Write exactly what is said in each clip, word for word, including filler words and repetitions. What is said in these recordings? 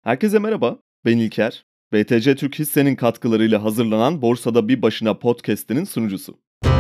Herkese merhaba, ben İlker. B T C Türk Hisse'nin katkılarıyla hazırlanan Borsada Bir Başına podcast'inin sunucusu.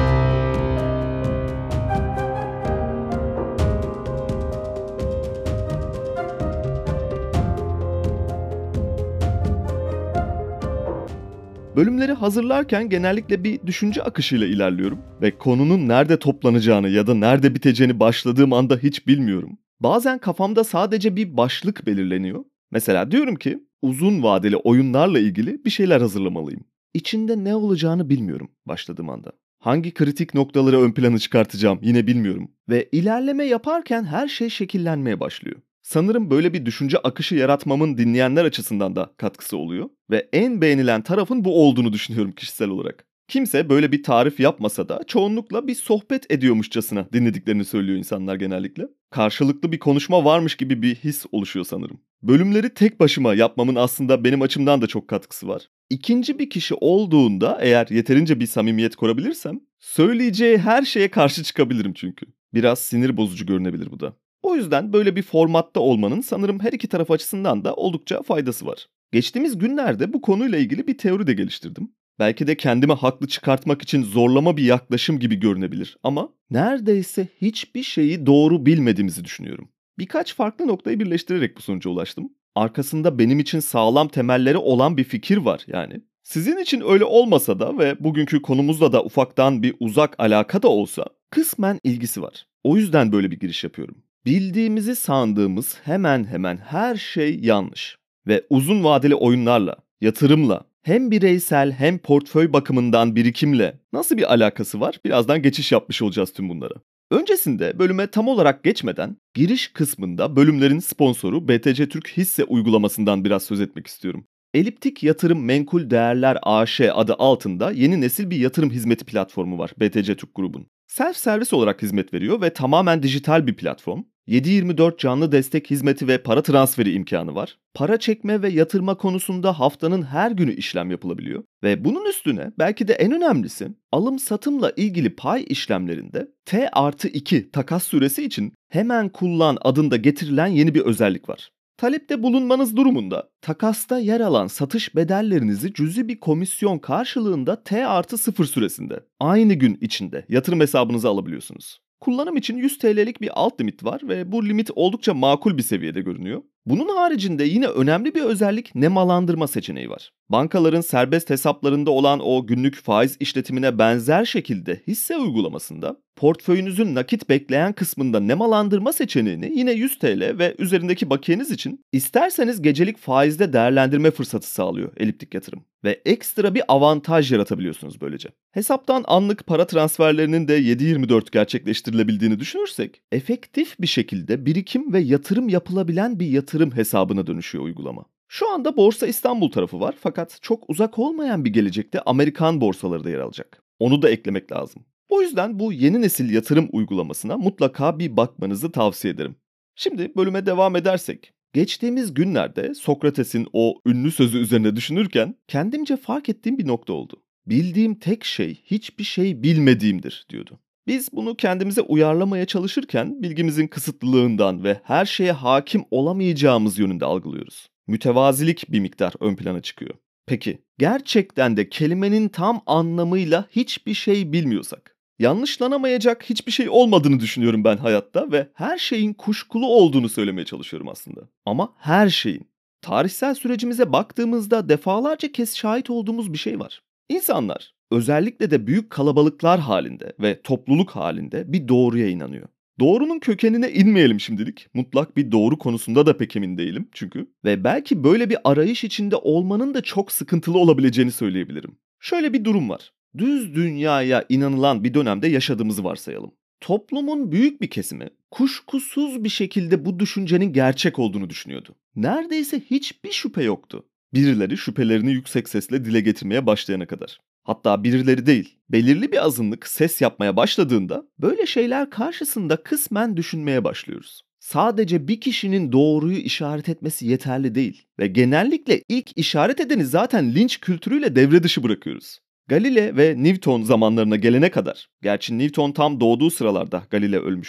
Bölümleri hazırlarken genellikle bir düşünce akışıyla ilerliyorum ve konunun nerede toplanacağını ya da nerede biteceğini başladığım anda hiç bilmiyorum. Bazen kafamda sadece bir başlık belirleniyor. Mesela diyorum ki uzun vadeli oyunlarla ilgili bir şeyler hazırlamalıyım. İçinde ne olacağını bilmiyorum başladığım anda. Hangi kritik noktaları ön plana çıkartacağım yine bilmiyorum. Ve ilerleme yaparken her şey şekillenmeye başlıyor. Sanırım böyle bir düşünce akışı yaratmamın dinleyenler açısından da katkısı oluyor ve en beğenilen tarafın bu olduğunu düşünüyorum kişisel olarak. Kimse böyle bir tarif yapmasa da çoğunlukla bir sohbet ediyormuşçasına dinlediklerini söylüyor insanlar genellikle. Karşılıklı bir konuşma varmış gibi bir his oluşuyor sanırım. Bölümleri tek başıma yapmamın aslında benim açımdan da çok katkısı var. İkinci bir kişi olduğunda eğer yeterince bir samimiyet kurabilirsem söyleyeceği her şeye karşı çıkabilirim çünkü. Biraz sinir bozucu görünebilir bu da. O yüzden böyle bir formatta olmanın sanırım her iki taraf açısından da oldukça faydası var. Geçtiğimiz günlerde bu konuyla ilgili bir teori de geliştirdim. Belki de kendimi haklı çıkartmak için zorlama bir yaklaşım gibi görünebilir ama neredeyse hiçbir şeyi doğru bilmediğimizi düşünüyorum. Birkaç farklı noktayı birleştirerek bu sonuca ulaştım. Arkasında benim için sağlam temelleri olan bir fikir var yani. Sizin için öyle olmasa da ve bugünkü konumuzla da ufaktan bir uzak alaka da olsa kısmen ilgisi var. O yüzden böyle bir giriş yapıyorum. Bildiğimizi sandığımız hemen hemen her şey yanlış. Ve uzun vadeli oyunlarla, yatırımla, hem bireysel hem portföy bakımından birikimle nasıl bir alakası var? Birazdan geçiş yapmış olacağız tüm bunlara. Öncesinde bölüme tam olarak geçmeden giriş kısmında bölümlerin sponsoru B T C Türk Hisse uygulamasından biraz söz etmek istiyorum. Eliptik Yatırım Menkul Değerler A Ş adı altında yeni nesil bir yatırım hizmeti platformu var B T C Türk Grubun. Self servis olarak hizmet veriyor ve tamamen dijital bir platform. yedi yirmi dört canlı destek hizmeti ve para transferi imkanı var. Para çekme ve yatırma konusunda haftanın her günü işlem yapılabiliyor. Ve bunun üstüne belki de en önemlisi alım satımla ilgili pay işlemlerinde T artı iki takas süresi için hemen kullan adında getirilen yeni bir özellik var. Talepte bulunmanız durumunda takasta yer alan satış bedellerinizi cüzi bir komisyon karşılığında T artı sıfır süresinde aynı gün içinde yatırım hesabınıza alabiliyorsunuz. Kullanım için yüz T L'lik bir alt limit var ve bu limit oldukça makul bir seviyede görünüyor. Bunun haricinde yine önemli bir özellik nemalandırma seçeneği var. Bankaların serbest hesaplarında olan o günlük faiz işletimine benzer şekilde hisse uygulamasında portföyünüzün nakit bekleyen kısmında nemalandırma seçeneğini yine yüz T L ve üzerindeki bakiyeniz için isterseniz gecelik faizde değerlendirme fırsatı sağlıyor Eliptik Yatırım. Ve ekstra bir avantaj yaratabiliyorsunuz böylece. Hesaptan anlık para transferlerinin de yedi yirmi dört gerçekleştirilebildiğini düşünürsek, efektif bir şekilde birikim ve yatırım yapılabilen bir yatırım hesabına dönüşüyor uygulama. Şu anda Borsa İstanbul tarafı var fakat çok uzak olmayan bir gelecekte Amerikan borsaları da yer alacak. Onu da eklemek lazım. O yüzden bu yeni nesil yatırım uygulamasına mutlaka bir bakmanızı tavsiye ederim. Şimdi bölüme devam edersek, geçtiğimiz günlerde Sokrates'in o ünlü sözü üzerine düşünürken kendimce fark ettiğim bir nokta oldu. Bildiğim tek şey hiçbir şey bilmediğimdir diyordu. Biz bunu kendimize uyarlamaya çalışırken bilgimizin kısıtlılığından ve her şeye hakim olamayacağımız yönünde algılıyoruz. Mütevazilik bir miktar ön plana çıkıyor. Peki gerçekten de kelimenin tam anlamıyla hiçbir şey bilmiyorsak? Yanlışlanamayacak hiçbir şey olmadığını düşünüyorum ben hayatta ve her şeyin kuşkulu olduğunu söylemeye çalışıyorum aslında. Ama her şeyin. Tarihsel sürecimize baktığımızda defalarca kez şahit olduğumuz bir şey var. İnsanlar özellikle de büyük kalabalıklar halinde ve topluluk halinde bir doğruya inanıyor. Doğrunun kökenine inmeyelim şimdilik. Mutlak bir doğru konusunda da pek emin değilim çünkü. Ve belki böyle bir arayış içinde olmanın da çok sıkıntılı olabileceğini söyleyebilirim. Şöyle bir durum var. Düz dünyaya inanılan bir dönemde yaşadığımızı varsayalım. Toplumun büyük bir kesimi kuşkusuz bir şekilde bu düşüncenin gerçek olduğunu düşünüyordu. Neredeyse hiçbir şüphe yoktu. Birileri şüphelerini yüksek sesle dile getirmeye başlayana kadar. Hatta birileri değil, belirli bir azınlık ses yapmaya başladığında böyle şeyler karşısında kısmen düşünmeye başlıyoruz. Sadece bir kişinin doğruyu işaret etmesi yeterli değil ve genellikle ilk işaret edeni zaten linç kültürüyle devre dışı bırakıyoruz. Galile ve Newton zamanlarına gelene kadar, gerçi Newton tam doğduğu sıralarda Galile ölmüştü.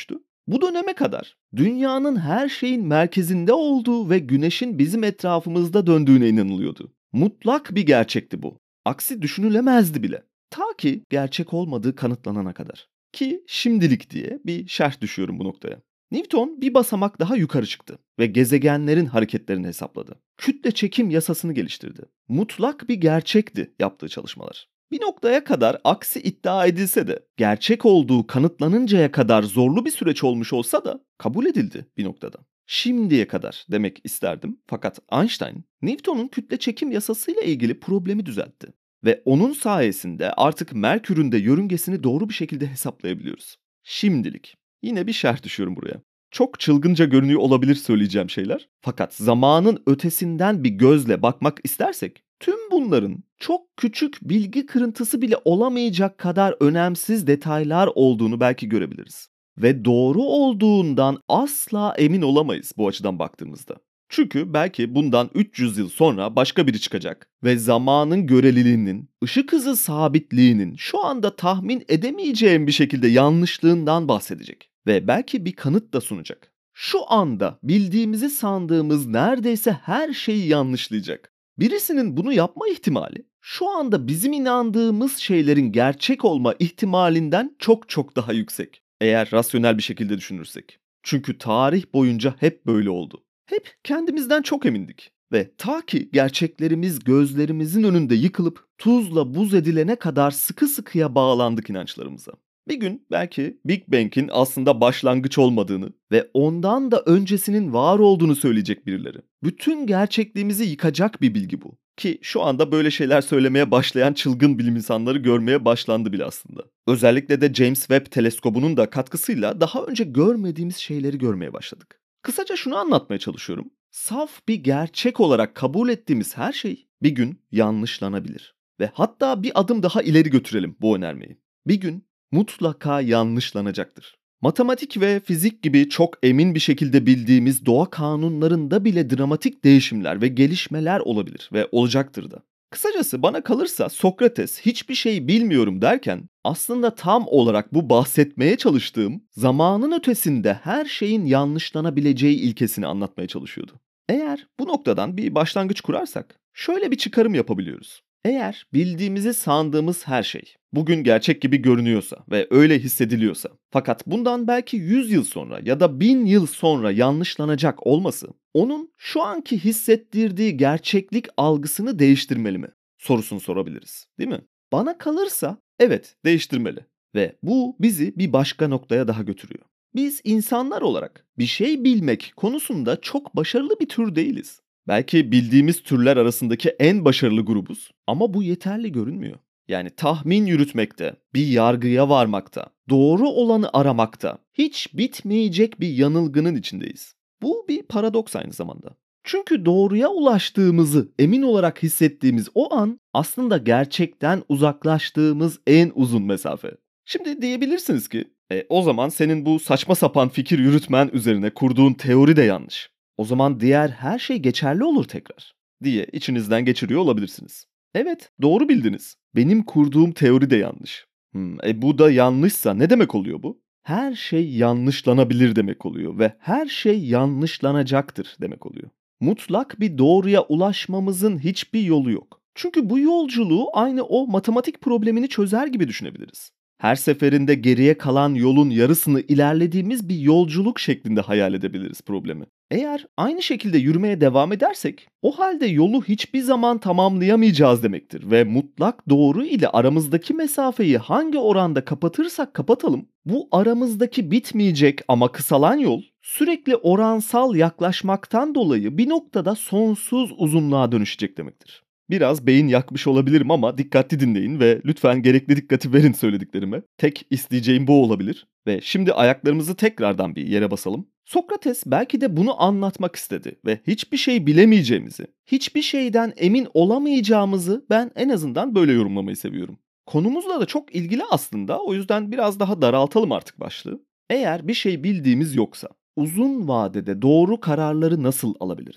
Bu döneme kadar dünyanın her şeyin merkezinde olduğu ve güneşin bizim etrafımızda döndüğüne inanılıyordu. Mutlak bir gerçekti bu. Aksi düşünülemezdi bile. Ta ki gerçek olmadığı kanıtlanana kadar. Ki şimdilik diye bir şerh düşüyorum bu noktaya. Newton bir basamak daha yukarı çıktı ve gezegenlerin hareketlerini hesapladı. Kütle çekim yasasını geliştirdi. Mutlak bir gerçekti yaptığı çalışmalar. Bir noktaya kadar aksi iddia edilse de gerçek olduğu kanıtlanıncaya kadar zorlu bir süreç olmuş olsa da kabul edildi bir noktada. Şimdiye kadar demek isterdim fakat Einstein Newton'un kütle çekim yasasıyla ilgili problemi düzeltti. Ve onun sayesinde artık Merkür'ün de yörüngesini doğru bir şekilde hesaplayabiliyoruz. Şimdilik. Yine bir şerh düşüyorum buraya. Çok çılgınca görünüyor olabilir söyleyeceğim şeyler. Fakat zamanın ötesinden bir gözle bakmak istersek tüm bunların çok küçük bilgi kırıntısı bile olamayacak kadar önemsiz detaylar olduğunu belki görebiliriz. Ve doğru olduğundan asla emin olamayız bu açıdan baktığımızda. Çünkü belki bundan üç yüz yıl sonra başka biri çıkacak ve zamanın göreliliğinin, ışık hızı sabitliğinin şu anda tahmin edemeyeceğim bir şekilde yanlışlığından bahsedecek. Ve belki bir kanıt da sunacak. Şu anda bildiğimizi sandığımız neredeyse her şeyi yanlışlayacak. Birisinin bunu yapma ihtimali şu anda bizim inandığımız şeylerin gerçek olma ihtimalinden çok çok daha yüksek. Eğer rasyonel bir şekilde düşünürsek. Çünkü tarih boyunca hep böyle oldu. Hep kendimizden çok emindik. Ve ta ki gerçeklerimiz gözlerimizin önünde yıkılıp tuzla buz edilene kadar sıkı sıkıya bağlandık inançlarımıza. Bir gün belki Big Bang'in aslında başlangıç olmadığını ve ondan da öncesinin var olduğunu söyleyecek birileri. Bütün gerçekliğimizi yıkacak bir bilgi bu. Ki şu anda böyle şeyler söylemeye başlayan çılgın bilim insanları görmeye başlandı bile aslında. Özellikle de James Webb teleskobunun da katkısıyla daha önce görmediğimiz şeyleri görmeye başladık. Kısaca şunu anlatmaya çalışıyorum. Saf bir gerçek olarak kabul ettiğimiz her şey bir gün yanlışlanabilir. Ve hatta bir adım daha ileri götürelim bu önermeyi. Bir gün mutlaka yanlışlanacaktır. Matematik ve fizik gibi çok emin bir şekilde bildiğimiz doğa kanunlarında bile dramatik değişimler ve gelişmeler olabilir ve olacaktır da. Kısacası bana kalırsa Sokrates hiçbir şey bilmiyorum derken aslında tam olarak bu bahsetmeye çalıştığım zamanın ötesinde her şeyin yanlışlanabileceği ilkesini anlatmaya çalışıyordu. Eğer bu noktadan bir başlangıç kurarsak şöyle bir çıkarım yapabiliyoruz. Eğer bildiğimizi sandığımız her şey bugün gerçek gibi görünüyorsa ve öyle hissediliyorsa fakat bundan belki yüz yıl sonra ya da bin yıl sonra yanlışlanacak olması onun şu anki hissettirdiği gerçeklik algısını değiştirmeli mi? Sorusunu sorabiliriz, değil mi? Bana kalırsa evet değiştirmeli ve bu bizi bir başka noktaya daha götürüyor. Biz insanlar olarak bir şey bilmek konusunda çok başarılı bir tür değiliz. Belki bildiğimiz türler arasındaki en başarılı grubuz ama bu yeterli görünmüyor. Yani tahmin yürütmekte, bir yargıya varmakta, doğru olanı aramakta hiç bitmeyecek bir yanılgının içindeyiz. Bu bir paradoks aynı zamanda. Çünkü doğruya ulaştığımızı emin olarak hissettiğimiz o an aslında gerçekten uzaklaştığımız en uzun mesafe. Şimdi diyebilirsiniz ki e, o zaman senin bu saçma sapan fikir yürütmen üzerine kurduğun teori de yanlış. O zaman diğer her şey geçerli olur tekrar diye içinizden geçiriyor olabilirsiniz. Evet, doğru bildiniz. Benim kurduğum teori de yanlış. Hmm, e bu da yanlışsa ne demek oluyor bu? Her şey yanlışlanabilir demek oluyor ve her şey yanlışlanacaktır demek oluyor. Mutlak bir doğruya ulaşmamızın hiçbir yolu yok. Çünkü bu yolculuğu aynı o matematik problemini çözer gibi düşünebiliriz. Her seferinde geriye kalan yolun yarısını ilerlediğimiz bir yolculuk şeklinde hayal edebiliriz problemi. Eğer aynı şekilde yürümeye devam edersek, o halde yolu hiçbir zaman tamamlayamayacağız demektir ve mutlak doğru ile aramızdaki mesafeyi hangi oranda kapatırsak kapatalım, bu aramızdaki bitmeyecek ama kısalan yol sürekli oransal yaklaşmaktan dolayı bir noktada sonsuz uzunluğa dönüşecek demektir. Biraz beyin yakmış olabilirim ama dikkatli dinleyin ve lütfen gerekli dikkati verin söylediklerime. Tek isteyeceğim bu olabilir. Ve şimdi ayaklarımızı tekrardan bir yere basalım. Sokrates belki de bunu anlatmak istedi ve hiçbir şey bilemeyeceğimizi, hiçbir şeyden emin olamayacağımızı ben en azından böyle yorumlamayı seviyorum. Konumuzla da çok ilgili aslında, o yüzden biraz daha daraltalım artık başlığı. Eğer bir şey bildiğimiz yoksa uzun vadede doğru kararları nasıl alabiliriz?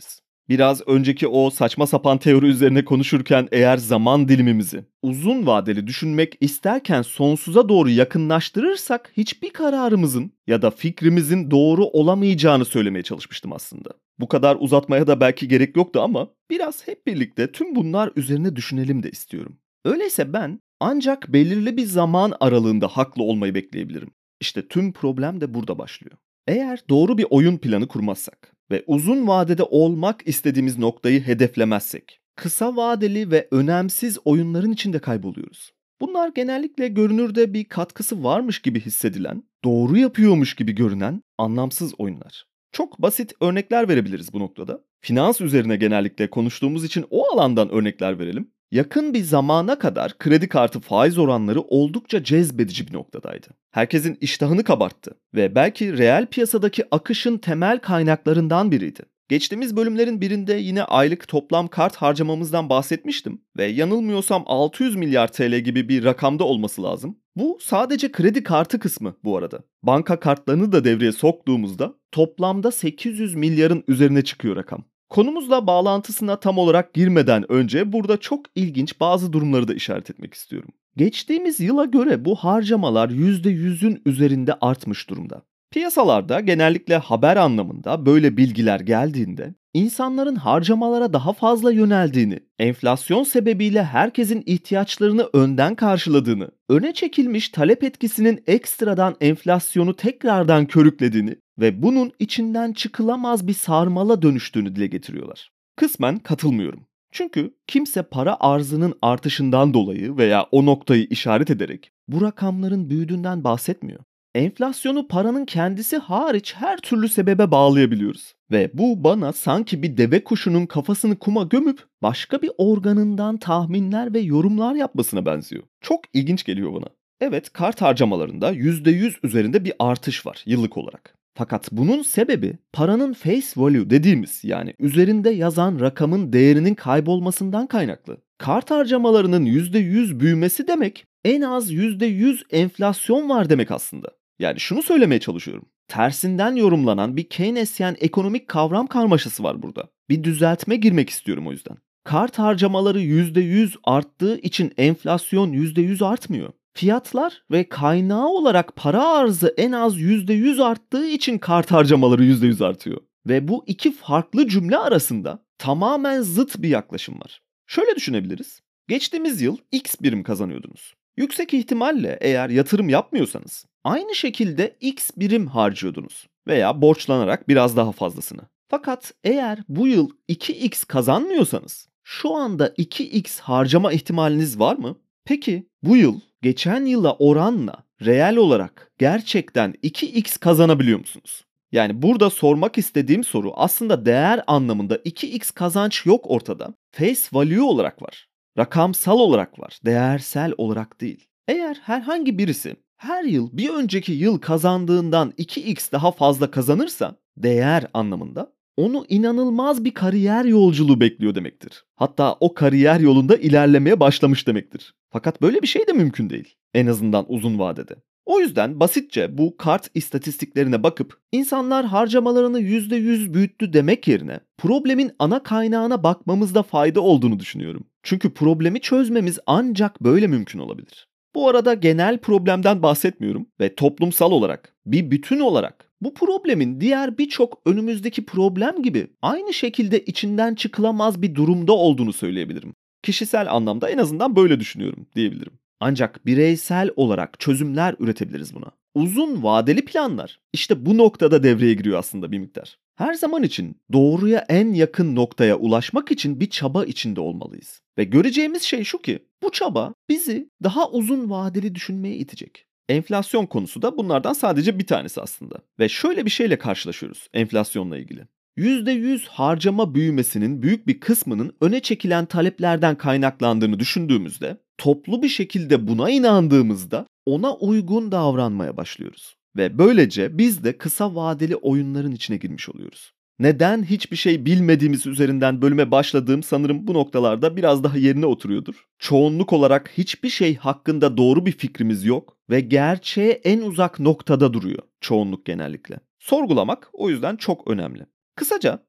Biraz önceki o saçma sapan teori üzerine konuşurken eğer zaman dilimimizi uzun vadeli düşünmek isterken sonsuza doğru yakınlaştırırsak hiçbir kararımızın ya da fikrimizin doğru olamayacağını söylemeye çalışmıştım aslında. Bu kadar uzatmaya da belki gerek yoktu ama biraz hep birlikte tüm bunlar üzerine düşünelim de istiyorum. Öyleyse ben ancak belirli bir zaman aralığında haklı olmayı bekleyebilirim. İşte tüm problem de burada başlıyor. Eğer doğru bir oyun planı kurmazsak ve uzun vadede olmak istediğimiz noktayı hedeflemezsek, kısa vadeli ve önemsiz oyunların içinde kayboluyoruz. Bunlar genellikle görünürde bir katkısı varmış gibi hissedilen, doğru yapıyormuş gibi görünen anlamsız oyunlar. Çok basit örnekler verebiliriz bu noktada. Finans üzerine genellikle konuştuğumuz için o alandan örnekler verelim. Yakın bir zamana kadar kredi kartı faiz oranları oldukça cezbedici bir noktadaydı. Herkesin iştahını kabarttı ve belki reel piyasadaki akışın temel kaynaklarından biriydi. Geçtiğimiz bölümlerin birinde yine aylık toplam kart harcamamızdan bahsetmiştim ve yanılmıyorsam altı yüz milyar T L gibi bir rakamda olması lazım. Bu sadece kredi kartı kısmı bu arada. Banka kartlarını da devreye soktuğumuzda toplamda sekiz yüz milyarın üzerine çıkıyor rakam. Konumuzla bağlantısına tam olarak girmeden önce burada çok ilginç bazı durumları da işaret etmek istiyorum. Geçtiğimiz yıla göre bu harcamalar yüzde yüzün üzerinde artmış durumda. Piyasalarda genellikle haber anlamında böyle bilgiler geldiğinde insanların harcamalara daha fazla yöneldiğini, enflasyon sebebiyle herkesin ihtiyaçlarını önden karşıladığını, öne çekilmiş talep etkisinin ekstradan enflasyonu tekrardan körüklediğini ve bunun içinden çıkılamaz bir sarmala dönüştüğünü dile getiriyorlar. Kısmen katılmıyorum. Çünkü kimse para arzının artışından dolayı veya o noktayı işaret ederek bu rakamların büyüdüğünden bahsetmiyor. Enflasyonu paranın kendisi hariç her türlü sebebe bağlayabiliyoruz. Ve bu bana sanki bir deve kuşunun kafasını kuma gömüp başka bir organından tahminler ve yorumlar yapmasına benziyor. Çok ilginç geliyor bana. Evet, kart harcamalarında yüzde yüz üzerinde bir artış var yıllık olarak. Fakat bunun sebebi paranın face value dediğimiz, yani üzerinde yazan rakamın değerinin kaybolmasından kaynaklı. Kart harcamalarının yüzde yüz büyümesi demek en az yüzde yüz enflasyon var demek aslında. Yani şunu söylemeye çalışıyorum. Tersinden yorumlanan bir Keynesyen ekonomik kavram karmaşası var burada. Bir düzeltme girmek istiyorum o yüzden. Kart harcamaları yüzde yüz arttığı için enflasyon yüzde yüz artmıyor. Fiyatlar ve kaynağı olarak para arzı en az yüzde yüz arttığı için kart harcamaları yüzde yüz artıyor. Ve bu iki farklı cümle arasında tamamen zıt bir yaklaşım var. Şöyle düşünebiliriz. Geçtiğimiz yıl X birim kazanıyordunuz. Yüksek ihtimalle eğer yatırım yapmıyorsanız aynı şekilde X birim harcıyordunuz veya borçlanarak biraz daha fazlasını. Fakat eğer bu yıl iki X kazanmıyorsanız şu anda iki X harcama ihtimaliniz var mı? Peki bu yıl geçen yıla oranla reel olarak gerçekten iki X kazanabiliyor musunuz? Yani burada sormak istediğim soru aslında değer anlamında iki X kazanç yok ortada. Face value olarak var. Rakamsal olarak var. Değersel olarak değil. Eğer herhangi birisi her yıl bir önceki yıl kazandığından iki X daha fazla kazanırsa değer anlamında onu inanılmaz bir kariyer yolculuğu bekliyor demektir. Hatta o kariyer yolunda ilerlemeye başlamış demektir. Fakat böyle bir şey de mümkün değil. En azından uzun vadede. O yüzden basitçe bu kart istatistiklerine bakıp insanlar harcamalarını yüzde yüz büyüttü demek yerine problemin ana kaynağına bakmamızda fayda olduğunu düşünüyorum. Çünkü problemi çözmemiz ancak böyle mümkün olabilir. Bu arada genel problemden bahsetmiyorum ve toplumsal olarak, bir bütün olarak bu problemin diğer birçok önümüzdeki problem gibi aynı şekilde içinden çıkılamaz bir durumda olduğunu söyleyebilirim. Kişisel anlamda en azından böyle düşünüyorum diyebilirim. Ancak bireysel olarak çözümler üretebiliriz buna. Uzun vadeli planlar işte bu noktada devreye giriyor aslında bir miktar. Her zaman için doğruya en yakın noktaya ulaşmak için bir çaba içinde olmalıyız. Ve göreceğimiz şey şu ki bu çaba bizi daha uzun vadeli düşünmeye itecek. Enflasyon konusu da bunlardan sadece bir tanesi aslında. Ve şöyle bir şeyle karşılaşıyoruz enflasyonla ilgili. yüzde yüz harcama büyümesinin büyük bir kısmının öne çekilen taleplerden kaynaklandığını düşündüğümüzde, toplu bir şekilde buna inandığımızda ona uygun davranmaya başlıyoruz. Ve böylece biz de kısa vadeli oyunların içine girmiş oluyoruz. Neden hiçbir şey bilmediğimiz üzerinden bölüme başladığım sanırım bu noktalarda biraz daha yerine oturuyordur. Çoğunluk olarak hiçbir şey hakkında doğru bir fikrimiz yok ve gerçeğe en uzak noktada duruyor çoğunluk genellikle. Sorgulamak o yüzden çok önemli. Kısaca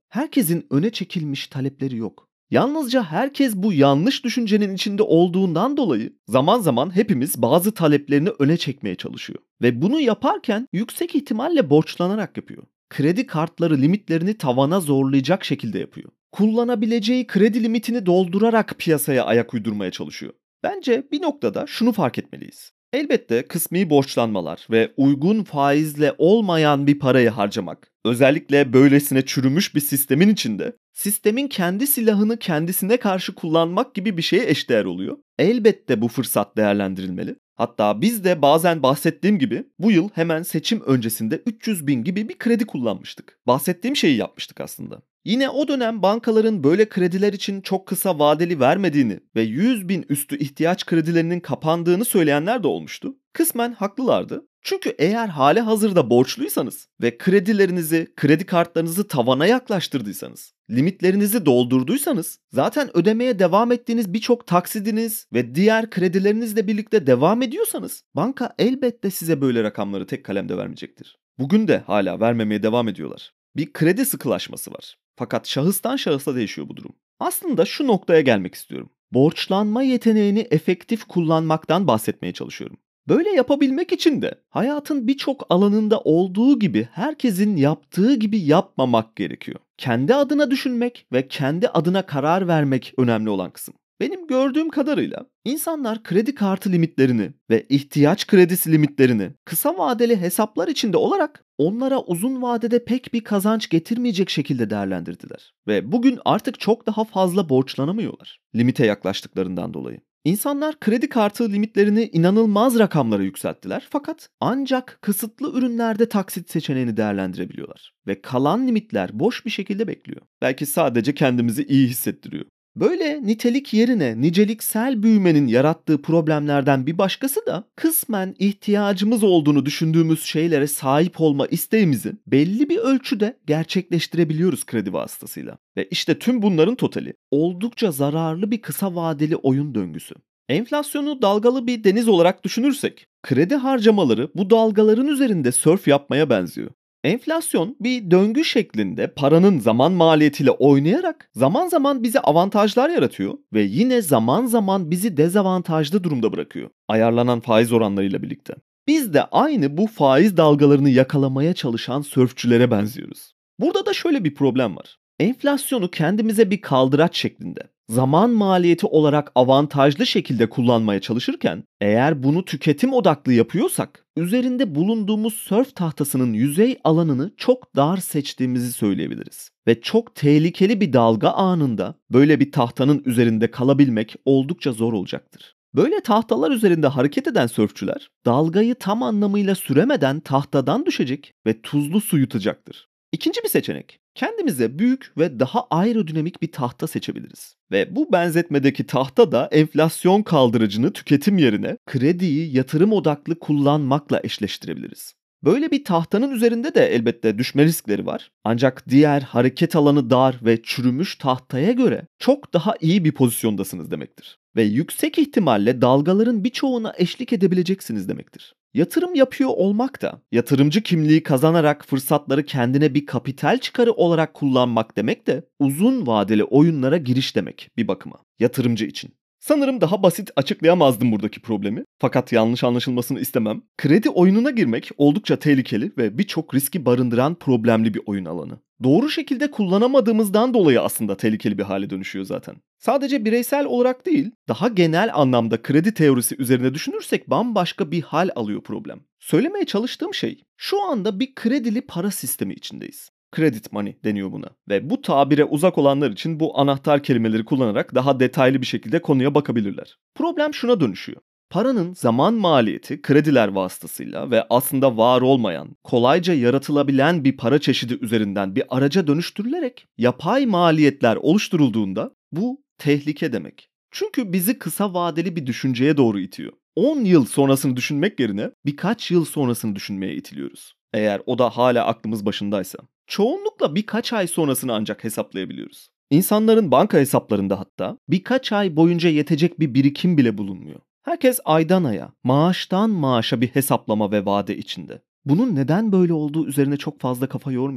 Herkesin öne çekilmiş talepleri yok. Yalnızca herkes bu yanlış düşüncenin içinde olduğundan dolayı zaman zaman hepimiz bazı taleplerini öne çekmeye çalışıyor. Ve bunu yaparken yüksek ihtimalle borçlanarak yapıyor. Kredi kartları limitlerini tavana zorlayacak şekilde yapıyor. Kullanabileceği kredi limitini doldurarak piyasaya ayak uydurmaya çalışıyor. Bence bir noktada şunu fark etmeliyiz. Elbette kısmi borçlanmalar ve uygun faizle olmayan bir parayı harcamak, özellikle böylesine çürümüş bir sistemin içinde, sistemin kendi silahını kendisine karşı kullanmak gibi bir şeye eşdeğer oluyor. Elbette bu fırsat değerlendirilmeli. Hatta biz de bazen bahsettiğim gibi bu yıl hemen seçim öncesinde üç yüz bin gibi bir kredi kullanmıştık. Bahsettiğim şeyi yapmıştık aslında. Yine o dönem bankaların böyle krediler için çok kısa vadeli vermediğini ve yüz bin üstü ihtiyaç kredilerinin kapandığını söyleyenler de olmuştu. Kısmen haklılardı. Çünkü eğer hali hazırda borçluysanız ve kredilerinizi, kredi kartlarınızı tavana yaklaştırdıysanız, limitlerinizi doldurduysanız, zaten ödemeye devam ettiğiniz birçok taksidiniz ve diğer kredilerinizle birlikte devam ediyorsanız, banka elbette size böyle rakamları tek kalemde vermeyecektir. Bugün de hala vermemeye devam ediyorlar. Bir kredi sıkılaşması var. Fakat şahıstan şahısa değişiyor bu durum. Aslında şu noktaya gelmek istiyorum. Borçlanma yeteneğini efektif kullanmaktan bahsetmeye çalışıyorum. Böyle yapabilmek için de hayatın birçok alanında olduğu gibi herkesin yaptığı gibi yapmamak gerekiyor. Kendi adına düşünmek ve kendi adına karar vermek önemli olan kısım. Benim gördüğüm kadarıyla insanlar kredi kartı limitlerini ve ihtiyaç kredisi limitlerini kısa vadeli hesaplar içinde olarak onlara uzun vadede pek bir kazanç getirmeyecek şekilde değerlendirdiler. Ve bugün artık çok daha fazla borçlanamıyorlar limite yaklaştıklarından dolayı. İnsanlar kredi kartı limitlerini inanılmaz rakamlara yükselttiler fakat ancak kısıtlı ürünlerde taksit seçeneğini değerlendirebiliyorlar. Ve kalan limitler boş bir şekilde bekliyor. Belki sadece kendimizi iyi hissettiriyor. Böyle nitelik yerine niceliksel büyümenin yarattığı problemlerden bir başkası da kısmen ihtiyacımız olduğunu düşündüğümüz şeylere sahip olma isteğimizi belli bir ölçüde gerçekleştirebiliyoruz kredi vasıtasıyla. Ve işte tüm bunların totali oldukça zararlı bir kısa vadeli oyun döngüsü. Enflasyonu dalgalı bir deniz olarak düşünürsek, kredi harcamaları bu dalgaların üzerinde sörf yapmaya benziyor. Enflasyon bir döngü şeklinde paranın zaman maliyetiyle oynayarak zaman zaman bize avantajlar yaratıyor ve yine zaman zaman bizi dezavantajlı durumda bırakıyor. Ayarlanan faiz oranlarıyla birlikte. Biz de aynı bu faiz dalgalarını yakalamaya çalışan sörfçülere benziyoruz. Burada da şöyle bir problem var. Enflasyonu kendimize bir kaldıraç şeklinde, zaman maliyeti olarak avantajlı şekilde kullanmaya çalışırken eğer bunu tüketim odaklı yapıyorsak üzerinde bulunduğumuz sörf tahtasının yüzey alanını çok dar seçtiğimizi söyleyebiliriz. Ve çok tehlikeli bir dalga anında böyle bir tahtanın üzerinde kalabilmek oldukça zor olacaktır. Böyle tahtalar üzerinde hareket eden sörfçüler dalgayı tam anlamıyla süremeden tahtadan düşecek ve tuzlu su yutacaktır. İkinci bir seçenek. Kendimize büyük ve daha aerodinamik bir tahta seçebiliriz. Ve bu benzetmedeki tahta da enflasyon kaldırıcını tüketim yerine krediyi yatırım odaklı kullanmakla eşleştirebiliriz. Böyle bir tahtanın üzerinde de elbette düşme riskleri var. Ancak diğer hareket alanı dar ve çürümüş tahtaya göre çok daha iyi bir pozisyondasınız demektir. Ve yüksek ihtimalle dalgaların birçoğuna eşlik edebileceksiniz demektir. Yatırım yapıyor olmak da yatırımcı kimliği kazanarak fırsatları kendine bir kapital çıkarı olarak kullanmak demek de uzun vadeli oyunlara giriş demek bir bakıma yatırımcı için. Sanırım daha basit açıklayamazdım buradaki problemi. Fakat yanlış anlaşılmasını istemem. Kredi oyununa girmek oldukça tehlikeli ve birçok riski barındıran problemli bir oyun alanı. Doğru şekilde kullanamadığımızdan dolayı aslında tehlikeli bir hale dönüşüyor zaten. Sadece bireysel olarak değil, daha genel anlamda kredi teorisi üzerine düşünürsek bambaşka bir hal alıyor problem. Söylemeye çalıştığım şey, şu anda bir kredili para sistemi içindeyiz. Credit money deniyor buna. Ve bu tabire uzak olanlar için bu anahtar kelimeleri kullanarak daha detaylı bir şekilde konuya bakabilirler. Problem şuna dönüşüyor. Paranın zaman maliyeti krediler vasıtasıyla ve aslında var olmayan, kolayca yaratılabilen bir para çeşidi üzerinden bir araca dönüştürülerek yapay maliyetler oluşturulduğunda bu tehlike demek. Çünkü bizi kısa vadeli bir düşünceye doğru itiyor. on yıl sonrasını düşünmek yerine birkaç yıl sonrasını düşünmeye itiliyoruz. Eğer o da hala aklımız başındaysa. Çoğunlukla birkaç ay sonrasını ancak hesaplayabiliyoruz. İnsanların banka hesaplarında hatta birkaç ay boyunca yetecek bir birikim bile bulunmuyor. Herkes aydan aya, maaştan maaşa bir hesaplama ve vade içinde. Bunun neden böyle olduğu üzerine çok fazla kafa yormuyoruz.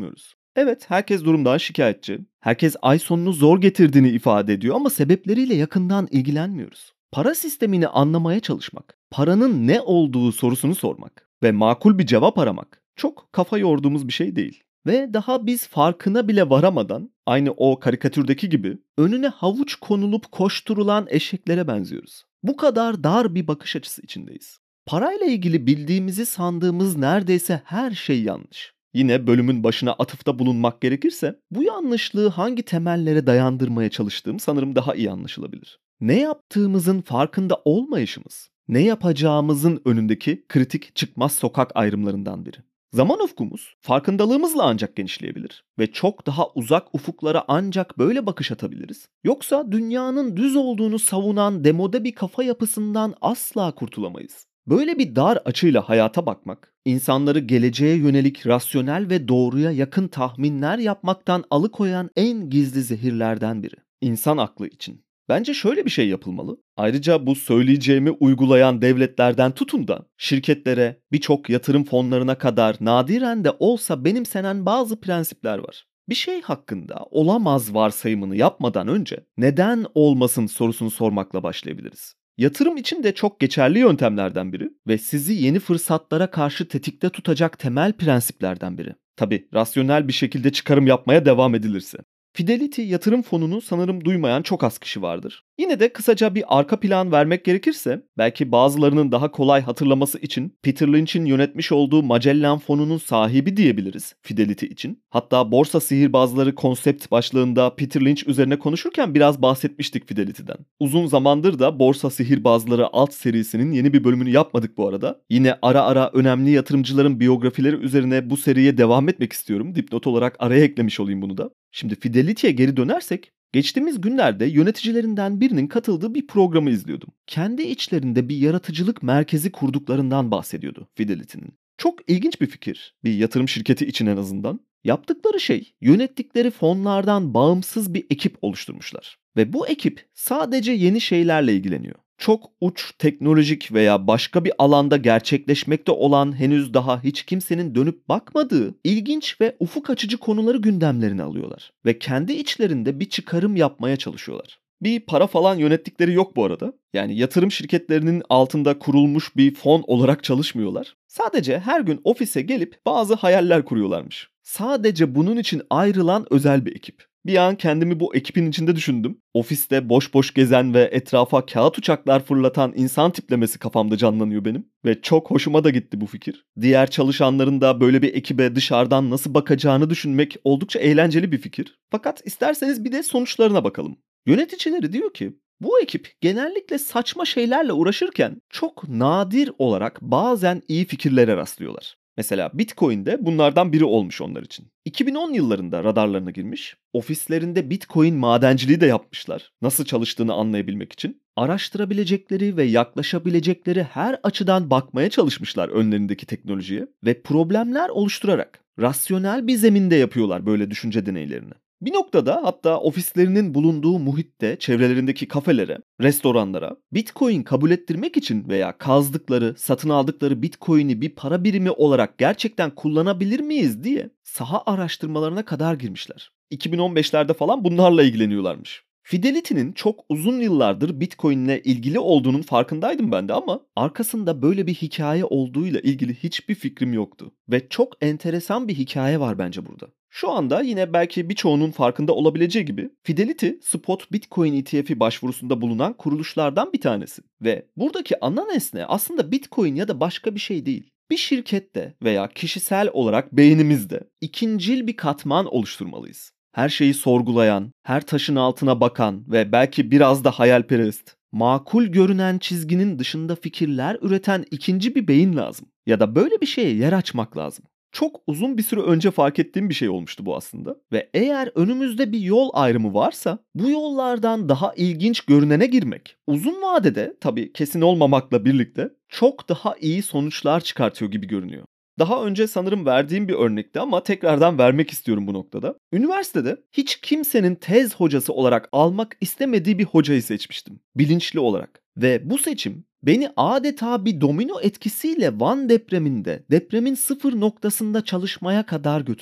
Evet, herkes durumdan şikayetçi. Herkes ay sonunu zor getirdiğini ifade ediyor ama sebepleriyle yakından ilgilenmiyoruz. Para sistemini anlamaya çalışmak, paranın ne olduğu sorusunu sormak ve makul bir cevap aramak çok kafa yorduğumuz bir şey değil. Ve daha biz farkına bile varamadan aynı o karikatürdeki gibi önüne havuç konulup koşturulan eşeklere benziyoruz. Bu kadar dar bir bakış açısı içindeyiz. Parayla ilgili bildiğimizi sandığımız neredeyse her şey yanlış. Yine bölümün başına atıfta bulunmak gerekirse bu yanlışlığı hangi temellere dayandırmaya çalıştığım sanırım daha iyi anlaşılabilir. Ne yaptığımızın farkında olmayışımız, ne yapacağımızın önündeki kritik çıkmaz sokak ayrımlarından biri. Zaman ufkumuz farkındalığımızla ancak genişleyebilir ve çok daha uzak ufuklara ancak böyle bakış atabiliriz. Yoksa dünyanın düz olduğunu savunan demode bir kafa yapısından asla kurtulamayız. Böyle bir dar açıyla hayata bakmak, insanları geleceğe yönelik rasyonel ve doğruya yakın tahminler yapmaktan alıkoyan en gizli zehirlerden biri. İnsan aklı için. Bence şöyle bir şey yapılmalı. Ayrıca bu söyleyeceğimi uygulayan devletlerden tutun da şirketlere, birçok yatırım fonlarına kadar nadiren de olsa benimsenen bazı prensipler var. Bir şey hakkında olamaz varsayımını yapmadan önce neden olmasın sorusunu sormakla başlayabiliriz. Yatırım için de çok geçerli yöntemlerden biri ve sizi yeni fırsatlara karşı tetikte tutacak temel prensiplerden biri. Tabii rasyonel bir şekilde çıkarım yapmaya devam edilirse. Fidelity yatırım fonunu sanırım duymayan çok az kişi vardır. Yine de kısaca bir arka plan vermek gerekirse, belki bazılarının daha kolay hatırlaması için Peter Lynch'in yönetmiş olduğu Magellan fonunun sahibi diyebiliriz Fidelity için. Hatta Borsa Sihirbazları konsept başlığında Peter Lynch üzerine konuşurken biraz bahsetmiştik Fidelity'den. Uzun zamandır da Borsa Sihirbazları alt serisinin yeni bir bölümünü yapmadık bu arada. Yine ara ara önemli yatırımcıların biyografileri üzerine bu seriye devam etmek istiyorum. Dipnot olarak araya eklemiş olayım bunu da. Şimdi Fidelity'ye geri dönersek, geçtiğimiz günlerde yöneticilerinden birinin katıldığı bir programı izliyordum. Kendi içlerinde bir yaratıcılık merkezi kurduklarından bahsediyordu Fidelity'nin. Çok ilginç bir fikir, bir yatırım şirketi için en azından. Yaptıkları şey, yönettikleri fonlardan bağımsız bir ekip oluşturmuşlar. Ve bu ekip sadece yeni şeylerle ilgileniyor. Çok uç teknolojik veya başka bir alanda gerçekleşmekte olan henüz daha hiç kimsenin dönüp bakmadığı ilginç ve ufuk açıcı konuları gündemlerine alıyorlar. Ve kendi içlerinde bir çıkarım yapmaya çalışıyorlar. Bir para falan yönettikleri yok bu arada. Yani yatırım şirketlerinin altında kurulmuş bir fon olarak çalışmıyorlar. Sadece her gün ofise gelip bazı hayaller kuruyorlarmış. Sadece bunun için ayrılan özel bir ekip. Bir an kendimi bu ekibin içinde düşündüm. Ofiste boş boş gezen ve etrafa kağıt uçaklar fırlatan insan tiplemesi kafamda canlanıyor benim. Ve çok hoşuma da gitti bu fikir. Diğer çalışanların da böyle bir ekibe dışarıdan nasıl bakacağını düşünmek oldukça eğlenceli bir fikir. Fakat isterseniz bir de sonuçlarına bakalım. Yöneticileri diyor ki, bu ekip genellikle saçma şeylerle uğraşırken çok nadir olarak bazen iyi fikirlere rastlıyorlar. Mesela Bitcoin de bunlardan biri olmuş onlar için. iki bin on yıllarında radarlarına girmiş, ofislerinde Bitcoin madenciliği de yapmışlar. Nasıl çalıştığını anlayabilmek için. Araştırabilecekleri ve yaklaşabilecekleri her açıdan bakmaya çalışmışlar önlerindeki teknolojiye ve problemler oluşturarak rasyonel bir zeminde yapıyorlar böyle düşünce deneylerini. Bir noktada hatta ofislerinin bulunduğu muhitte çevrelerindeki kafelere, restoranlara Bitcoin kabul ettirmek için veya kazdıkları, satın aldıkları Bitcoin'i bir para birimi olarak gerçekten kullanabilir miyiz diye saha araştırmalarına kadar girmişler. iki bin on beşlerde falan bunlarla ilgileniyorlarmış. Fidelity'nin çok uzun yıllardır Bitcoin'le ilgili olduğunun farkındaydım ben de ama arkasında böyle bir hikaye olduğuyla ilgili hiçbir fikrim yoktu. Ve çok enteresan bir hikaye var bence burada. Şu anda yine belki birçoğunun farkında olabileceği gibi Fidelity Spot Bitcoin E T F'i başvurusunda bulunan kuruluşlardan bir tanesi. Ve buradaki ana nesne aslında Bitcoin ya da başka bir şey değil. Bir şirkette veya kişisel olarak beynimizde ikincil bir katman oluşturmalıyız. Her şeyi sorgulayan, her taşın altına bakan ve belki biraz da hayalperest, makul görünen çizginin dışında fikirler üreten ikinci bir beyin lazım. Ya da böyle bir şeye yer açmak lazım. Çok uzun bir süre önce fark ettiğim bir şey olmuştu bu aslında. Ve eğer önümüzde bir yol ayrımı varsa bu yollardan daha ilginç görünene girmek uzun vadede tabii kesin olmamakla birlikte çok daha iyi sonuçlar çıkartıyor gibi görünüyor. Daha önce sanırım verdiğim bir örnekti ama tekrardan vermek istiyorum bu noktada. Üniversitede hiç kimsenin tez hocası olarak almak istemediği bir hocayı seçmiştim. Bilinçli olarak. Ve bu seçim beni adeta bir domino etkisiyle Van depreminde, depremin sıfır noktasında çalışmaya kadar götürdü.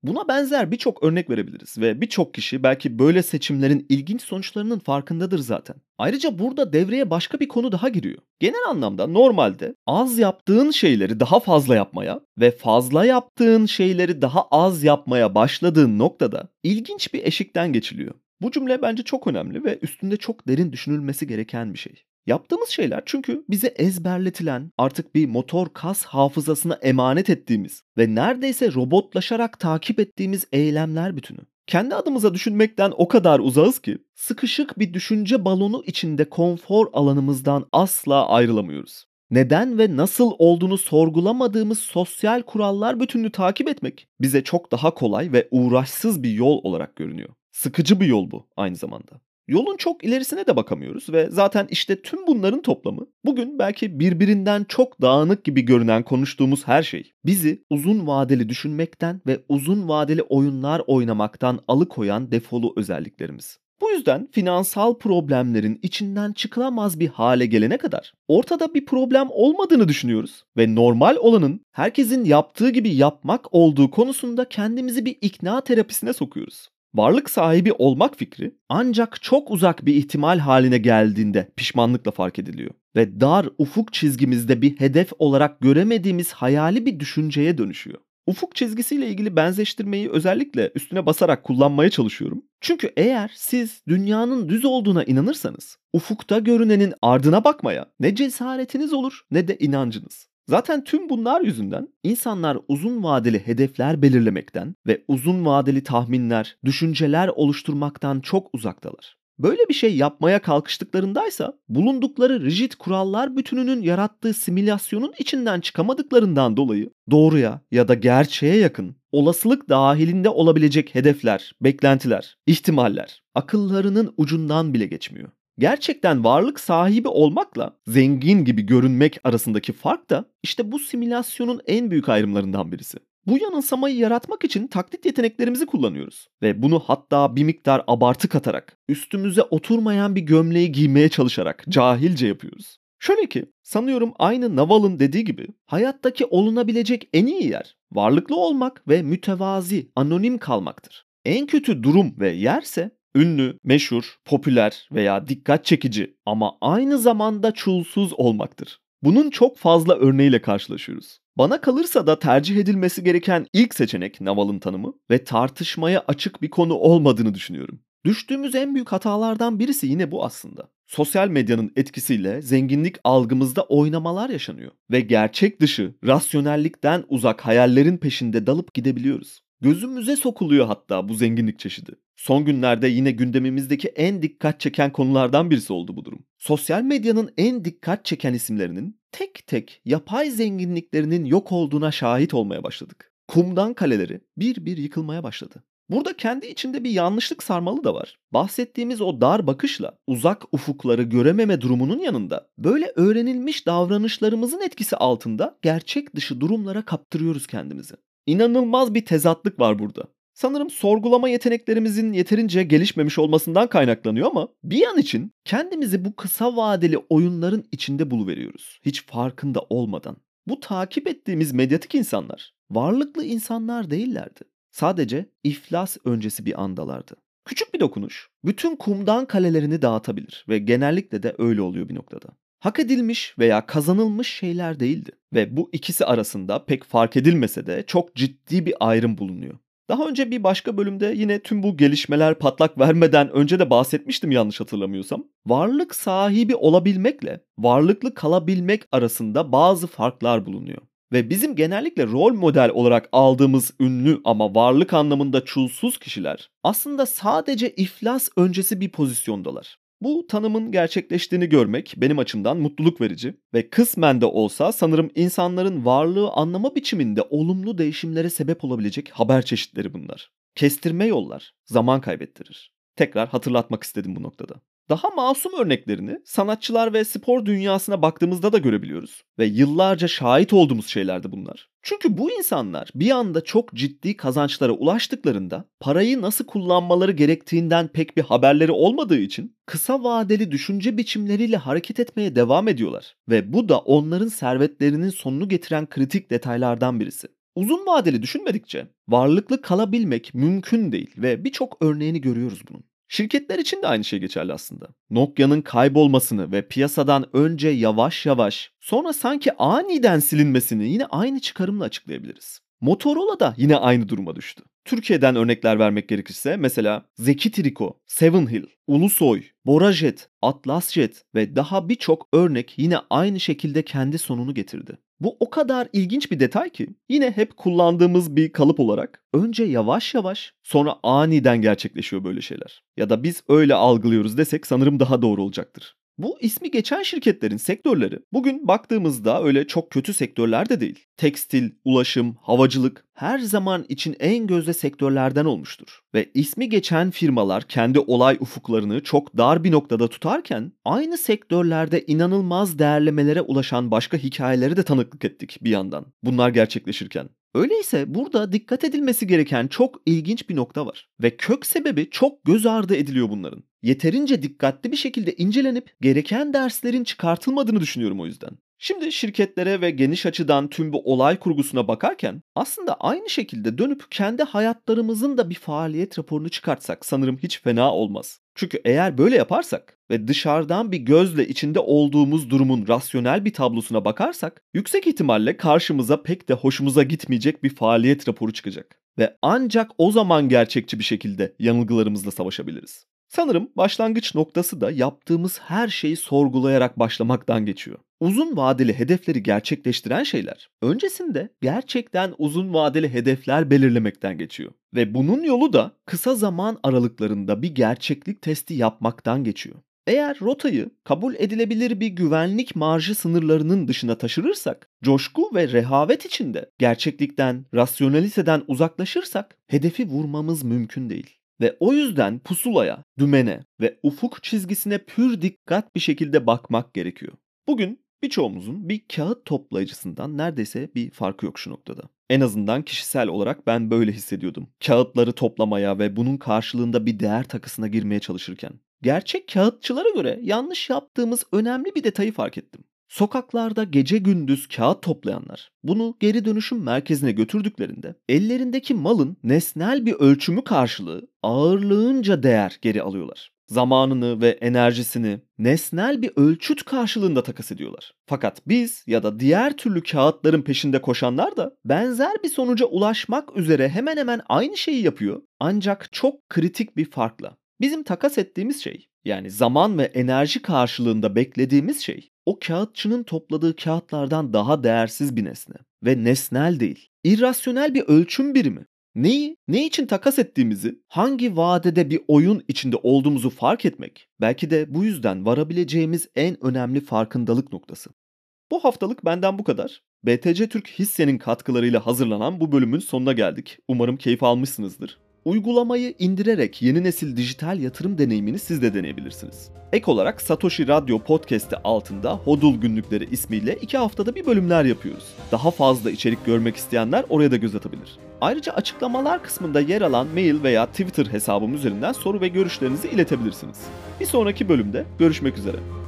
Buna benzer birçok örnek verebiliriz ve birçok kişi belki böyle seçimlerin ilginç sonuçlarının farkındadır zaten. Ayrıca burada devreye başka bir konu daha giriyor. Genel anlamda normalde az yaptığın şeyleri daha fazla yapmaya ve fazla yaptığın şeyleri daha az yapmaya başladığın noktada ilginç bir eşikten geçiliyor. Bu cümle bence çok önemli ve üstünde çok derin düşünülmesi gereken bir şey. Yaptığımız şeyler çünkü bize ezberletilen, artık bir motor kas hafızasına emanet ettiğimiz ve neredeyse robotlaşarak takip ettiğimiz eylemler bütünü. Kendi adımıza düşünmekten o kadar uzağız ki sıkışık bir düşünce balonu içinde konfor alanımızdan asla ayrılamıyoruz. Neden ve nasıl olduğunu sorgulamadığımız sosyal kurallar bütününü takip etmek bize çok daha kolay ve uğraşsız bir yol olarak görünüyor. Sıkıcı bir yol bu aynı zamanda. Yolun çok ilerisine de bakamıyoruz ve zaten işte tüm bunların toplamı bugün belki birbirinden çok dağınık gibi görünen konuştuğumuz her şey bizi uzun vadeli düşünmekten ve uzun vadeli oyunlar oynamaktan alıkoyan defolu özelliklerimiz. Bu yüzden finansal problemlerin içinden çıkılamaz bir hale gelene kadar ortada bir problem olmadığını düşünüyoruz ve normal olanın herkesin yaptığı gibi yapmak olduğu konusunda kendimizi bir ikna terapisine sokuyoruz. Varlık sahibi olmak fikri ancak çok uzak bir ihtimal haline geldiğinde pişmanlıkla fark ediliyor ve dar ufuk çizgimizde bir hedef olarak göremediğimiz hayali bir düşünceye dönüşüyor. Ufuk çizgisiyle ilgili benzeştirmeyi özellikle üstüne basarak kullanmaya çalışıyorum. Çünkü eğer siz dünyanın düz olduğuna inanırsanız ufukta görünenin ardına bakmaya ne cesaretiniz olur ne de inancınız. Zaten tüm bunlar yüzünden insanlar uzun vadeli hedefler belirlemekten ve uzun vadeli tahminler, düşünceler oluşturmaktan çok uzaktalar. Böyle bir şey yapmaya kalkıştıklarındaysa bulundukları rigid kurallar bütününün yarattığı simülasyonun içinden çıkamadıklarından dolayı doğruya ya da gerçeğe yakın, olasılık dahilinde olabilecek hedefler, beklentiler, ihtimaller akıllarının ucundan bile geçmiyor. Gerçekten varlık sahibi olmakla zengin gibi görünmek arasındaki fark da işte bu simülasyonun en büyük ayrımlarından birisi. Bu yanılsamayı yaratmak için taklit yeteneklerimizi kullanıyoruz ve bunu hatta bir miktar abartı katarak, üstümüze oturmayan bir gömleği giymeye çalışarak cahilce yapıyoruz. Şöyle ki, sanıyorum aynı Naval'ın dediği gibi hayattaki olunabilecek en iyi yer varlıklı olmak ve mütevazi, anonim kalmaktır. En kötü durum ve yerse ünlü, meşhur, popüler veya dikkat çekici ama aynı zamanda çulsuz olmaktır. Bunun çok fazla örneğiyle karşılaşıyoruz. Bana kalırsa da tercih edilmesi gereken ilk seçenek Naval'ın tanımı ve tartışmaya açık bir konu olmadığını düşünüyorum. Düştüğümüz en büyük hatalardan birisi yine bu aslında. Sosyal medyanın etkisiyle zenginlik algımızda oynamalar yaşanıyor ve gerçek dışı, rasyonellikten uzak hayallerin peşinde dalıp gidebiliyoruz. Gözümüze sokuluyor hatta bu zenginlik çeşidi. Son günlerde yine gündemimizdeki en dikkat çeken konulardan birisi oldu bu durum. Sosyal medyanın en dikkat çeken isimlerinin tek tek yapay zenginliklerinin yok olduğuna şahit olmaya başladık. Kumdan kaleleri bir bir yıkılmaya başladı. Burada kendi içinde bir yanlışlık sarmalı da var. Bahsettiğimiz o dar bakışla uzak ufukları görememe durumunun yanında böyle öğrenilmiş davranışlarımızın etkisi altında gerçek dışı durumlara kaptırıyoruz kendimizi. İnanılmaz bir tezatlık var burada. Sanırım sorgulama yeteneklerimizin yeterince gelişmemiş olmasından kaynaklanıyor ama bir an için kendimizi bu kısa vadeli oyunların içinde buluveriyoruz. Hiç farkında olmadan. Bu takip ettiğimiz medyatik insanlar varlıklı insanlar değillerdi. Sadece iflas öncesi bir andalardı. Küçük bir dokunuş bütün kumdan kalelerini dağıtabilir ve genellikle de öyle oluyor bir noktada. Hak edilmiş veya kazanılmış şeyler değildi ve bu ikisi arasında pek fark edilmese de çok ciddi bir ayrım bulunuyor. Daha önce bir başka bölümde yine tüm bu gelişmeler patlak vermeden önce de bahsetmiştim yanlış hatırlamıyorsam. Varlık sahibi olabilmekle varlıklı kalabilmek arasında bazı farklar bulunuyor. Ve bizim genellikle rol model olarak aldığımız ünlü ama varlık anlamında çulsuz kişiler aslında sadece iflas öncesi bir pozisyondalar. Bu tanımın gerçekleştiğini görmek benim açımdan mutluluk verici ve kısmen de olsa sanırım insanların varlığı anlama biçiminde olumlu değişimlere sebep olabilecek haber çeşitleri bunlar. Kestirme yollar zaman kaybettirir. Tekrar hatırlatmak istedim bu noktada. Daha masum örneklerini sanatçılar ve spor dünyasına baktığımızda da görebiliyoruz. Ve yıllarca şahit olduğumuz şeylerdi bunlar. Çünkü bu insanlar bir anda çok ciddi kazançlara ulaştıklarında parayı nasıl kullanmaları gerektiğinden pek bir haberleri olmadığı için kısa vadeli düşünce biçimleriyle hareket etmeye devam ediyorlar. Ve bu da onların servetlerinin sonunu getiren kritik detaylardan birisi. Uzun vadeli düşünmedikçe varlıklı kalabilmek mümkün değil ve birçok örneğini görüyoruz bunun. Şirketler için de aynı şey geçerli aslında. Nokia'nın kaybolmasını ve piyasadan önce yavaş yavaş, sonra sanki aniden silinmesini yine aynı çıkarımla açıklayabiliriz. Motorola da yine aynı duruma düştü. Türkiye'den örnekler vermek gerekirse mesela Zeki Triko, Seven Hill, Ulusoy, Borajet, Atlasjet ve daha birçok örnek yine aynı şekilde kendi sonunu getirdi. Bu o kadar ilginç bir detay ki yine hep kullandığımız bir kalıp olarak önce yavaş yavaş sonra aniden gerçekleşiyor böyle şeyler. Ya da biz öyle algılıyoruz desek sanırım daha doğru olacaktır. Bu ismi geçen şirketlerin sektörleri bugün baktığımızda öyle çok kötü sektörler de değil. Tekstil, ulaşım, havacılık her zaman için en gözde sektörlerden olmuştur. Ve ismi geçen firmalar kendi olay ufuklarını çok dar bir noktada tutarken aynı sektörlerde inanılmaz değerlemelere ulaşan başka hikayeleri de tanıklık ettik bir yandan. Bunlar gerçekleşirken. Öyleyse burada dikkat edilmesi gereken çok ilginç bir nokta var. Ve kök sebebi çok göz ardı ediliyor bunların. Yeterince dikkatli bir şekilde incelenip gereken derslerin çıkartılmadığını düşünüyorum o yüzden. Şimdi şirketlere ve geniş açıdan tüm bu olay kurgusuna bakarken aslında aynı şekilde dönüp kendi hayatlarımızın da bir faaliyet raporunu çıkartsak sanırım hiç fena olmaz. Çünkü eğer böyle yaparsak ve dışarıdan bir gözle içinde olduğumuz durumun rasyonel bir tablosuna bakarsak yüksek ihtimalle karşımıza pek de hoşumuza gitmeyecek bir faaliyet raporu çıkacak. Ve ancak o zaman gerçekçi bir şekilde yanılgılarımızla savaşabiliriz. Sanırım başlangıç noktası da yaptığımız her şeyi sorgulayarak başlamaktan geçiyor. Uzun vadeli hedefleri gerçekleştiren şeyler öncesinde gerçekten uzun vadeli hedefler belirlemekten geçiyor. Ve bunun yolu da kısa zaman aralıklarında bir gerçeklik testi yapmaktan geçiyor. Eğer rotayı kabul edilebilir bir güvenlik marjı sınırlarının dışına taşırırsak, coşku ve rehavet içinde gerçeklikten, rasyonaliteden uzaklaşırsak hedefi vurmamız mümkün değil. Ve o yüzden pusulaya, dümene ve ufuk çizgisine pür dikkat bir şekilde bakmak gerekiyor. Bugün birçoğumuzun bir kağıt toplayıcısından neredeyse bir farkı yok şu noktada. En azından kişisel olarak ben böyle hissediyordum. Kağıtları toplamaya ve bunun karşılığında bir değer takısına girmeye çalışırken. Gerçek kağıtçılara göre yanlış yaptığımız önemli bir detayı fark ettim. Sokaklarda gece gündüz kağıt toplayanlar bunu geri dönüşüm merkezine götürdüklerinde ellerindeki malın nesnel bir ölçümü karşılığı ağırlığınca değer geri alıyorlar. Zamanını ve enerjisini nesnel bir ölçüt karşılığında takas ediyorlar. Fakat biz ya da diğer türlü kağıtların peşinde koşanlar da benzer bir sonuca ulaşmak üzere hemen hemen aynı şeyi yapıyor ancak çok kritik bir farkla. Bizim takas ettiğimiz şey yani zaman ve enerji karşılığında beklediğimiz şey o kağıtçının topladığı kağıtlardan daha değersiz bir nesne ve nesnel değil. İrrasyonel bir ölçüm birimi. Neyi, ne için takas ettiğimizi, hangi vadede bir oyun içinde olduğumuzu fark etmek belki de bu yüzden varabileceğimiz en önemli farkındalık noktası. Bu haftalık benden bu kadar. B T C Türk Hisse'nin katkılarıyla hazırlanan bu bölümün sonuna geldik. Umarım keyif almışsınızdır. Uygulamayı indirerek yeni nesil dijital yatırım deneyimini siz de deneyebilirsiniz. Ek olarak Satoshi Radyo Podcast'i altında Hodl Günlükleri ismiyle iki haftada bir bölümler yapıyoruz. Daha fazla içerik görmek isteyenler oraya da göz atabilir. Ayrıca açıklamalar kısmında yer alan mail veya Twitter hesabım üzerinden soru ve görüşlerinizi iletebilirsiniz. Bir sonraki bölümde görüşmek üzere.